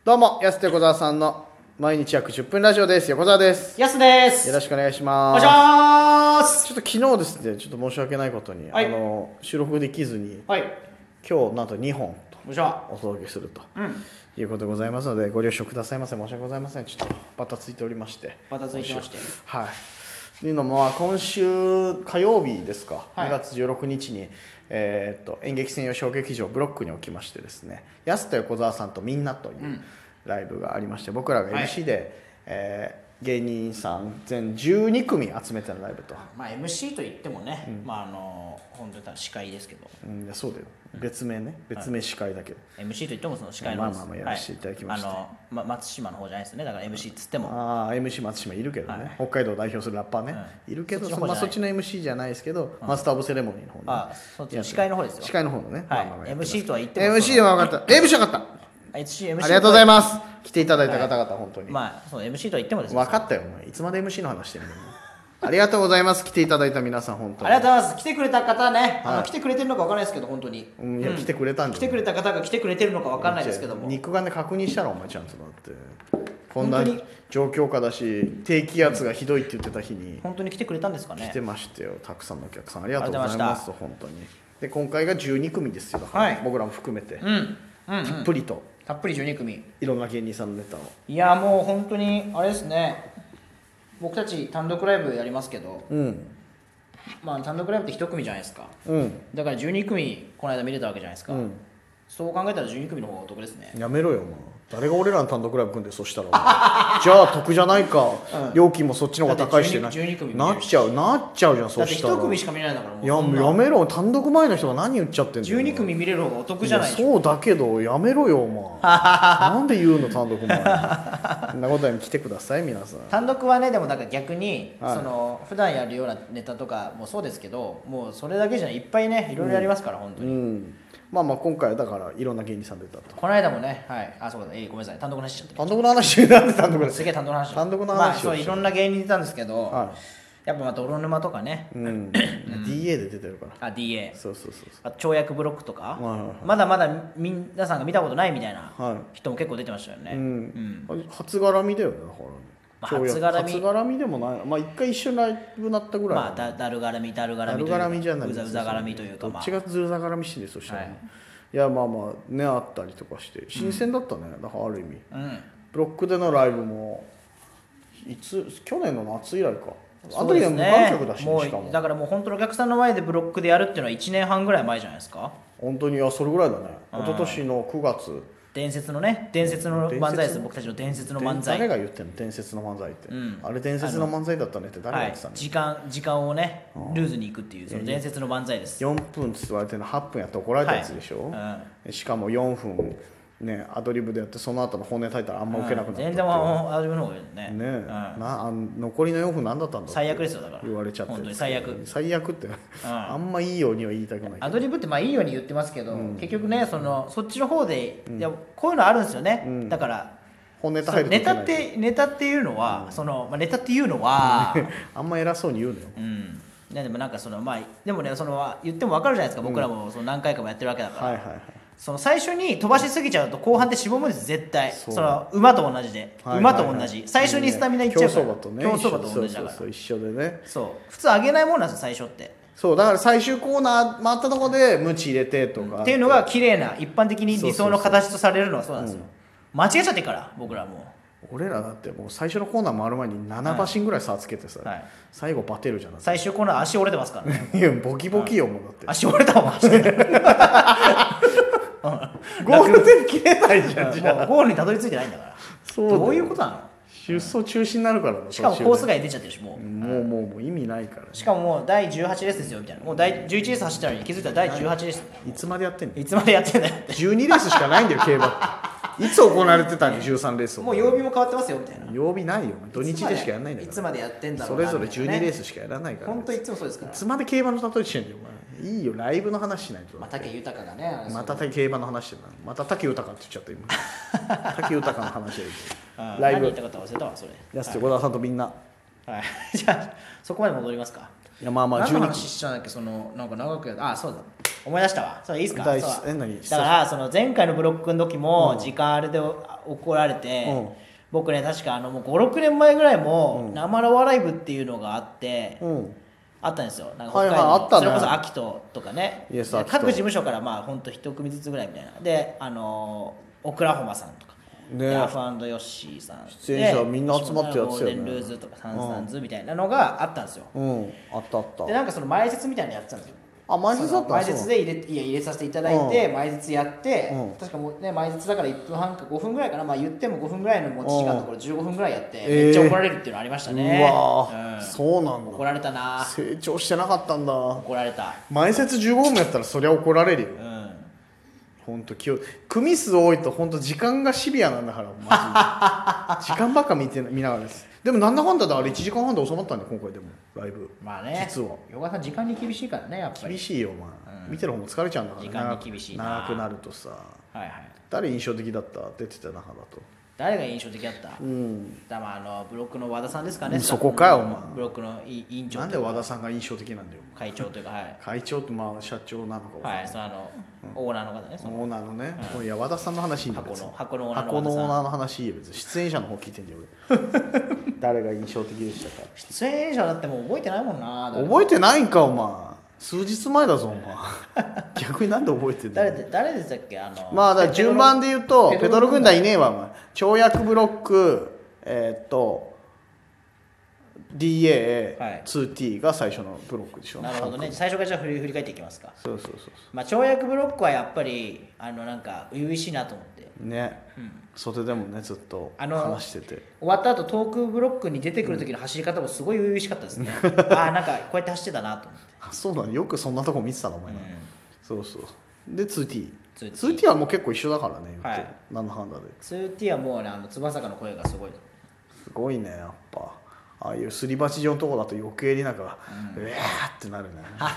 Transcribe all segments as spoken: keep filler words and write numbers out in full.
どうも、安手小沢さんの毎日約じゅっぷんラジオです。横澤です。 やすです。 よろしくお願いします。 お願いします。 ちょっと昨日ですね、ちょっと申し訳ないことに、はい、あの収録できずに、はい、今日なんとにほんとお届けすると、うん、いうことでございますので、ご了承くださいませ。申し訳ございません。ちょっとバタついておりまして。 バタついてまして。 はい。というのも、今週火曜日ですか、はい、にがつじゅうろくにちに、えー、っと演劇専用小劇場ブロックにおきましてですね、安田横澤さんとみんなという、うんライブがありまして、僕らが エムシー で、はいえー、芸人さん全じゅうにくみ集めてのライブと、 まあ、エムシー といってもね、うん、まああの本当に司会ですけど、 うん、いやそうだよ、別名ね、別名司会だけど、 はい、エムシー といってもその司会の方です。 まあまあまあやらせていただきました、 はい、あのま、松島の方じゃないですね。だから エムシー っつってもああ エムシー 松島いるけどね、はい、北海道を代表するラッパーね、うん、いるけどそっち、まあ、そっちの エムシー じゃないですけど、うん、マスター・オブ・セレモニーの方に、 あそっちの司会の方ですよ。 司会の方のね、 はいまあまあ、エムシー とは言ってもエムシー でも分かった エムシー 分かったありがとうございます。来ていただいた方々、はい、本当にまあそう エムシー とは言ってもですね分かったよお前いつまで エムシー の話してるのありがとうございます。来ていただいた皆さん本当にありがとうございます。来てくれた方ね、はい、あの来てくれてるのか分からないですけど本当に、 うん、いや、うん、来てくれたんで来てくれた方が来てくれてるのか分からないですけども肉眼で確認したらお前ちゃんとだってこんな状況下だし低気圧がひどいって言ってた日に本当に来てくれたんですかね。 来てましたよ、たくさんのお客さんありがとうございます本当に。で今回がじゅうにくみですよだから、はい、僕らも含めて、うんうんうん、たっぷりとたっぷりじゅうにくみいろんな芸人さんのネタを。 いやもう本当にあれですね、僕たち単独ライブやりますけど、うん、まあ単独ライブっていち組じゃないですか、うん、だからじゅうにくみこの間見れたわけじゃないですか、うん、そう考えたらじゅうにくみの方がお得ですね。 やめろよお前、誰が俺らの単独ライブ組んでそしたらじゃあ得じゃないか、うん、料金もそっちの方が高いしなっちゃうなっちゃうじゃん。そしたらだっていち組しか見れないんだからもうややめろ、単独前の人が何言っちゃってんだよ。 じゅうにくみ見れる方がお得じゃないでしょ。そうだけどやめろよお前なんで言うの単独前にそんなことに来てください皆さん。 単独はねでもなんか逆に、はい、その普段やるようなネタとかもそうですけど、もうそれだけじゃないいっぱいねいろいろやりますから、うん、本当に、うんまあまあ今回はだからいろんな芸人さん出たと。 この間もね、はい、あそうだ、えー、ごめんなさい単独の話しちゃって。 単独の話なんで単独の話。 すげえ単独の話。 単独の話。 まあそういろんな芸人いたんですけど、はい、やっぱまあ泥沼とかね。うん。 ディーエー で出てるから。 あ ディーエー。 そうそうそうそう。跳躍ブロックとか、はいはいはい、まだまだ皆さんが見たことないみたいな人も結構出てましたよね。うん。 うん、初絡みだよねだから。 まあ、初絡み初絡みでもない、まあ一回一緒にライブなったぐらい。 まあだだる絡みだる絡みというか。だる絡みじゃない。うざうざ絡みというか。 どっちがずるざ絡みしてんでそしたら。はいいやまあまあねあったりとかして新鮮だったね、うん、だからある意味、うん、ブロックでのライブもいつ去年の夏以来か。あの時は無観客だし、ね、しかもだからもう本当のお客さんの前でブロックでやるっていうのはいちねんはんぐらい前じゃないですか。 本当にいやそれぐらいだね。一昨年のくがつ伝説のね伝説の漫才です。僕たちの伝説の漫才。 誰が言ってんの伝説の漫才って、うん、あれ伝説の漫才だったねって誰が言ってたの、 はい、時間時間をねルーズにいくっていうその伝説の漫才です。 よんぷんって言われてるのはっぷんやって怒られたやつでしょ、はいうん、しかもよんぷんねアドリブでやってその後の本音炊いたらあんま受けなくなった、うん、 全然アドリブの方がいいね。ね、うん、 なあ残りのよんぷん何だったんだ最悪ですよだから言われちゃって本当に最悪最悪って、うん、あんまいいようには言いたくない。 アドリブってまあいいように言ってますけど、うん、結局ねそのそっちの方で、うん、いやこういうのあるんですよね、うん、だから本ネタ入るとネタってネタっていうのは、うん、そのまあ、ネタっていうのはあんま偉そうに言うのよ、 うんね、でもなんかそのまあでもねその言っても分かるじゃないですか、僕らもその何回かもやってるわけだから、はいはいはい、その最初に飛ばしすぎちゃうと後半ってしぼむんです絶対。その馬と同じで、はいはいはい、馬と同じ最初にスタミナいっちゃうから、 競走馬とね競走馬と同じだからそうそうそう一緒でね。 そう普通上げないもんなんですよ最初って。 そうだから最終コーナー回ったところでムチ入れてとか、うん、 っていうのが綺麗な一般的に理想の形とされるのはそうなんですよ、うん、間違えちゃってから僕らも俺らだってもう最初のコーナー回る前にななばしんぐらい差つけてさ、はい、最後バテるじゃん。 最終コーナー足折れてますからねいやボキボキよもうだって、 足折れたもんゴールデン切れないじゃんじゃあゴールにたどり着いてないんだから。そうどういうことなの。 出走中止になるからな。 しかもコース外出ちゃってるしもうもうもうもう意味ないから、ね、 しかももうだいじゅうはちレースですよみたいな。もうだいじゅういちレース走ったのに気づいたらだいじゅうはちレース。 いつまでやってんの。 いつまでやってんだよってじゅうにレースしかないんだよ競馬っていつ行われてたんでじゅうさんレースを。 もう曜日も変わってますよみたいな。 曜日ないよ土日でしかやらないんだから。 いつまでやってんだろうな。それぞれじゅうにレースしかやらないから、 本当いつもそうですから。 いつまで競馬の例えしてんだよお前。いいよライブの話しないと。 まあ、武豊がねまた競馬の話してるな。また武豊って言っちゃった今武豊の話でライブ何言ったか忘れたわそれ。 安手小沢さんとみんな、 はい、じゃあそこまで戻りますか。 いやまあまあ何の話しちゃうんだっけそのなんか長くやあそうだ思い出したわ。それいいですか。 大そうえ何だからその前回のブロックの時も時間あれで怒られて、 うん、 僕ね確かあのもうごろくねんまえぐらいもうん生ラワライブっていうのがあって、 うん、 あったんですよ。なんかはいはい北海道あったねそれこそ秋田とかね、 イエス秋田各事務所からまあ本当一組ずつぐらいみたいなで、あのーオクラホマさんとか、 ね、 でアフ&ヨッシーさん出演者みんな集まってやってたよね。 ゴールデンルーズとかサンサンズみたいなのがあったんですよ。 うん、あったあった。 でなんかその前説みたいなのやってたんですよ。 あ、前説だった。 前説で入れいや入れさせていただいて、うん、前説やって、うん、確かもうね前説だからいっぷんはんかごふんぐらいかな、まあ言ってもごふんぐらいの持ち時間のところじゅうごふんぐらいやって、めっちゃ怒られるっていうのありましたね。 うわ、うん、そうなんだ。 怒られたな。 成長してなかったんだ。 怒られた。 前説じゅうごふんもやったらそりゃ怒られるよ。うん。本当気を組数多いと本当時間がシビアなんだからマジ時間ばっか見て見ながらです。でもなんだかんだであれいちじかんはんで収まったんで今回でもライブ。 まあね。実は。ヨガさん時間に厳しいからねやっぱり。 厳しいよまあ、うん、見てる方も疲れちゃうんだから。 時間に厳しいな。 長くなるとさ。 はいはい。 誰印象的だった出てた中だと。 誰が印象的だった、 うん、 だまあ、あのブロックの和田さんですかね。 そこかよお前。 ブロックの委員長なんで和田さんが印象的なんだよ。 会長というか、はい、 会長ってまあ社長なのかはい、そのあの、うん、オーナーの方ね。 オーナーのね、うん、いや和田さんの話いいんだよ。 箱の箱のオーナーの箱のオーナーの話いいよ別に。出演者の方聞いてんじゃん俺誰が印象的でしたか。 出演者だってもう覚えてないもんな。 覚えてないんかお前。数日前だぞお前逆になんで覚えてんだよ。 誰誰でしたっけあの。 まあだから順番で言うとペドロ軍団いねえわお前。跳躍ブロックえー、っと ディーエー、はい、ツーティー が最初のブロックでしょ。 なるほどね。最初からじゃあ振り振り返っていきますか。 そうそうそうそう。 まあ跳躍ブロックはやっぱりあのなんか初々しいなと思ってね、うん、袖でもねずっと話してて、 終わった後トークブロックに出てくる時の走り方もすごい初々しかったですね、うん、ああなんかこうやって走ってたなと思ってあそうなの。よくそんなとこ見てたのお前な、うん、そうそうで ツーティー ツーティー はもう結構一緒だからね、はい、なんだかんだでツーティー はもうねあの翼の声がすごいすごいねやっぱああいうすり鉢状のとこだと余計になんか、うん、うわーってなるね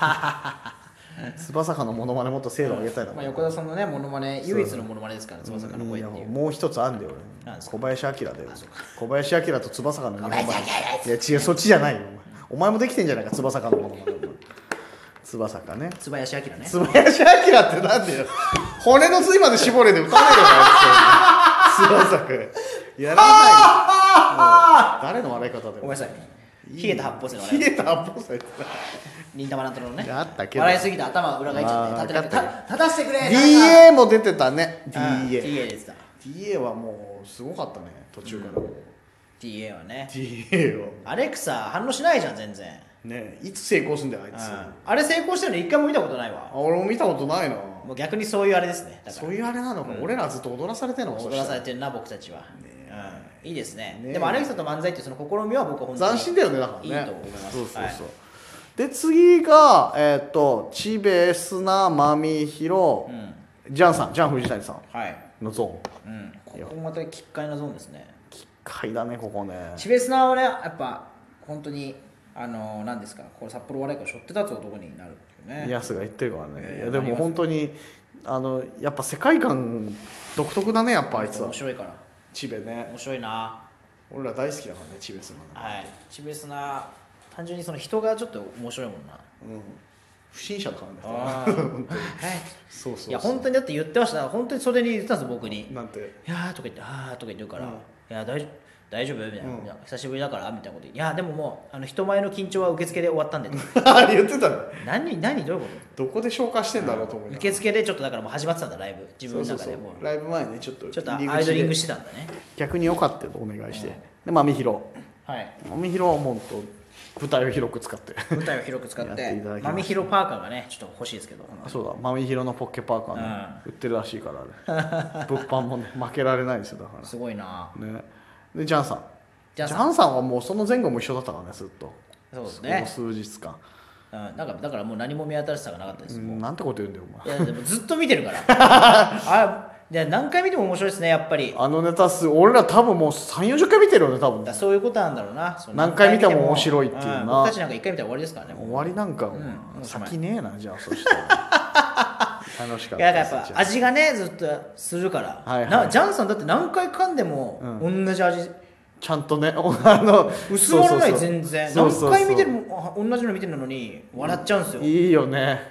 翼かのモノマネもっと精度上げたいな、 まあ、横田さんのねモノマネ唯一のモノマネですから翼かの声っていう、 もう一つあんだよ俺小林明だよ。小林明と翼かの日本版。いや違うそっちじゃないよお前。お前もできてんじゃないか翼かのモノマネ。翼かね。 つばやしあきらね。 つばやしあきらってなんだよ。骨の髄まで絞れで歌ねえよ翼くんやらない誰の笑い方だよ。 ごめんなさい。冷えた八方線の笑い。 冷えた八方線忍たまなんとのね。 あったけど笑いすぎて頭裏返っちゃって立て立たせてくれ。 ディーエー も出てたね。 ディーエーディーエー です。 ディーエー はもうすごかったね途中から、うん、 ディーエー はね。 ディーエー はアレクサ反応しないじゃん全然ね。いつ成功すんだよあいつ、 うん、あれ成功してるの一回も見たことないわ。 俺も見たことないな。 もう逆にそういうあれですね。だからそういうあれなのか、うん、俺らずっと踊らされてるのか。 踊らされてるな僕たちは、ねうん、いいですね。ねでもアレクサと漫才っていうその試みは僕は本当に斬新だよね。だからねいいと思います。 そうそうそう、はい、 で次がえー、っとチベスナマミヒロ、うん、ジャンさんジャン藤谷さんのゾーン、 はいうん、ここまた奇怪なゾーンですね。 奇怪だねここね。 チベスナはねやっぱ本当にあの何ですかこれ札幌笑いから背負って立つ男になるっていうね。 ヤスが言ってるからね、えー、いやでも本当にあのやっぱ世界観独特だねやっぱあいつは。 面白いからチベね。 面白いな。 俺ら大好きだからねチベスナ、 はいチベスナ単純にその人がちょっと面白いもんな。うん不審者だからね。 あはいそうそうそう。いや本当にだって言ってました。本当に袖に言ってたんです僕に。 なんて。 いやーとか言ってあーとか言ってるから、うん、いや大丈夫大丈夫みたいな、うん、久しぶりだからみたいなこと言って、いやでももうあの人前の緊張は受付で終わったんであれ言ってたの。 何何どういうことどこで消化してんだろうと思う。 受付でちょっとだからもう始まってたんだライブ自分の中でもう。 そうそうそうライブ前ねちょっとちょっとアイドリングしてたんだね。 逆に良かったよお願いして、うん、でまみひろはいまみひろはもうと舞台を広く使って舞台を広く使ってまみひろパーカーがねちょっと欲しいですけど。 そうだまみひろのポッケパーカーね、うん、売ってるらしいからあれ物販もね負けられないですよだからすごいなね。でジャンさんジャンさんはもうその前後も一緒だったからねずっと。 そうですねその数日間、 うん、なんかだからもう何も見当たらしさがなかったです。 うん、なんてこと言うんだよお前。 いやでもずっと見てるからあいや何回見ても面白いですねやっぱり。 あのネタ数俺ら多分もうさんじゅうよんじゅっかい見てるよね多分。 だそういうことなんだろうな。 何回見ても面白いっていうな、 うん、僕たちなんかいっかい見たら終わりですからね。 終わりなんか、うん、先ねえなじゃあそしたら楽しかった。 いややっぱ味がねずっとするから、はいはい、なジャンさんだって何回噛んでも同じ味、うんちゃんとね、あの薄まらない全然。何回見てる同じの見てるのに笑っちゃうんですよ。 いいよね。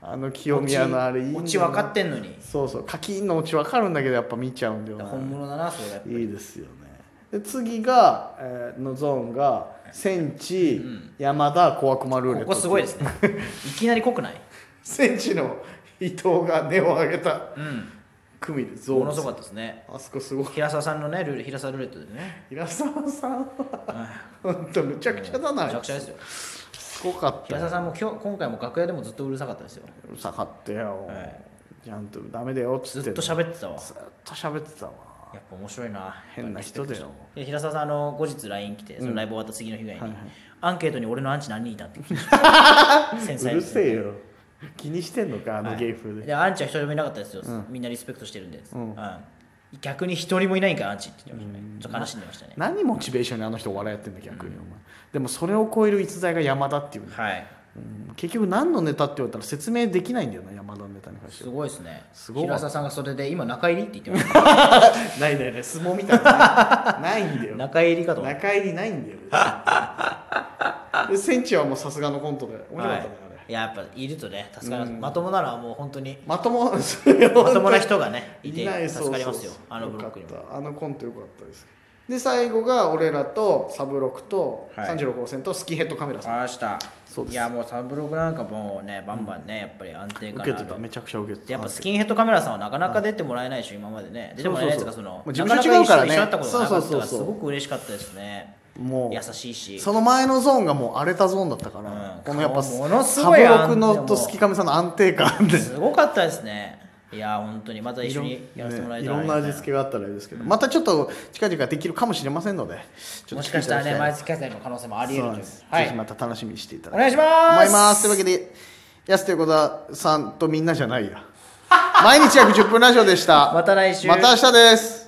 あの清宮のあれいいんだよオチ分かってんのに。 そうそう課金のオチ分かるんだけどやっぱ見ちゃうんだよな。 本物だなそれがやっぱり。 いいですよね。で次が、えー、のゾーンがセンチ、うん、山田小悪魔ルーレット。 ここすごいですねいきなり濃くない？ センチの伊藤が根を上げた、うん組でゾーンものすごかったですね。 あそこすごい。 平沢さんのねルール平沢ルーレットでね。 平沢さんは本当むちゃくちゃだな。 むちゃくちゃですよ。 すごかった。 平沢さんも今日今回も楽屋でもずっとうるさかったですよ。 うるさかったよ。はい、ちゃんとダメだよっつって。 ずっと喋ってたわ。 ずっと喋ってたわ。 やっぱ面白いな。 変な人だよ。 平沢さんあの後日 ライン 来てそのライブ終わった次の日ぐらいに、うんはいはい、アンケートに俺のアンチ何人いたって聞いて。 うるせえよ。気にしてんのかあの芸風で、 はい、でアンチは一人もいなかったですよ、うん、みんなリスペクトしてるんで、うんうん、逆に一人もいないんかアンチって言ってましたね。ちょっと悲しんでましたね。 何モチベーションにあの人お笑いやってんだ逆に、うん、お前でもそれを超える逸材が山田っていう、ねはいうん、結局何のネタって言われたら説明できないんだよな山田のネタに関してすごいですね。平沢さんがそれで今中入りって言ってましたないないない相撲みたいなないんだよ中入りかと中入りないんだよでセンチはもうさすがのコントで面白かったね、はいやっぱいるとね助かります、うん、まともならもう本当にまともまともな人がねいて助かりますよ。あのブロックにあのコントよかったです。で最後が俺らとサブロクとさんじゅうろく号線とスキンヘッドカメラさん。 あしたそうです。いやもうサブロクなんかもうねバンバンね、うん、やっぱり安定感受けてためちゃくちゃ受けてた。 やっぱスキンヘッドカメラさんはなかなか出てもらえないでしょ今までね。出てもらえないやつがその事務所違うからね。 一緒だったことがなかったからすごく嬉しかったですね。もう優しいしその前のゾーンがもう荒れたゾーンだったから、うん、このやっぱものすごいサブロクのとスキカメさんの安定感ですごかったですね。いや本当にまた一緒にやらせてもらいたい、 ね、いろんな味付けがあったらいいですけど、うん、またちょっと近々できるかもしれませんのでちょっともしかしたらね毎月開催の可能性もあり得るという、 はい、ぜひまた楽しみにしていただきお願いします思います。というわけで安手小田さんとみんなじゃないや毎日約じゅっぷんラジオでした。 また来週また明日です。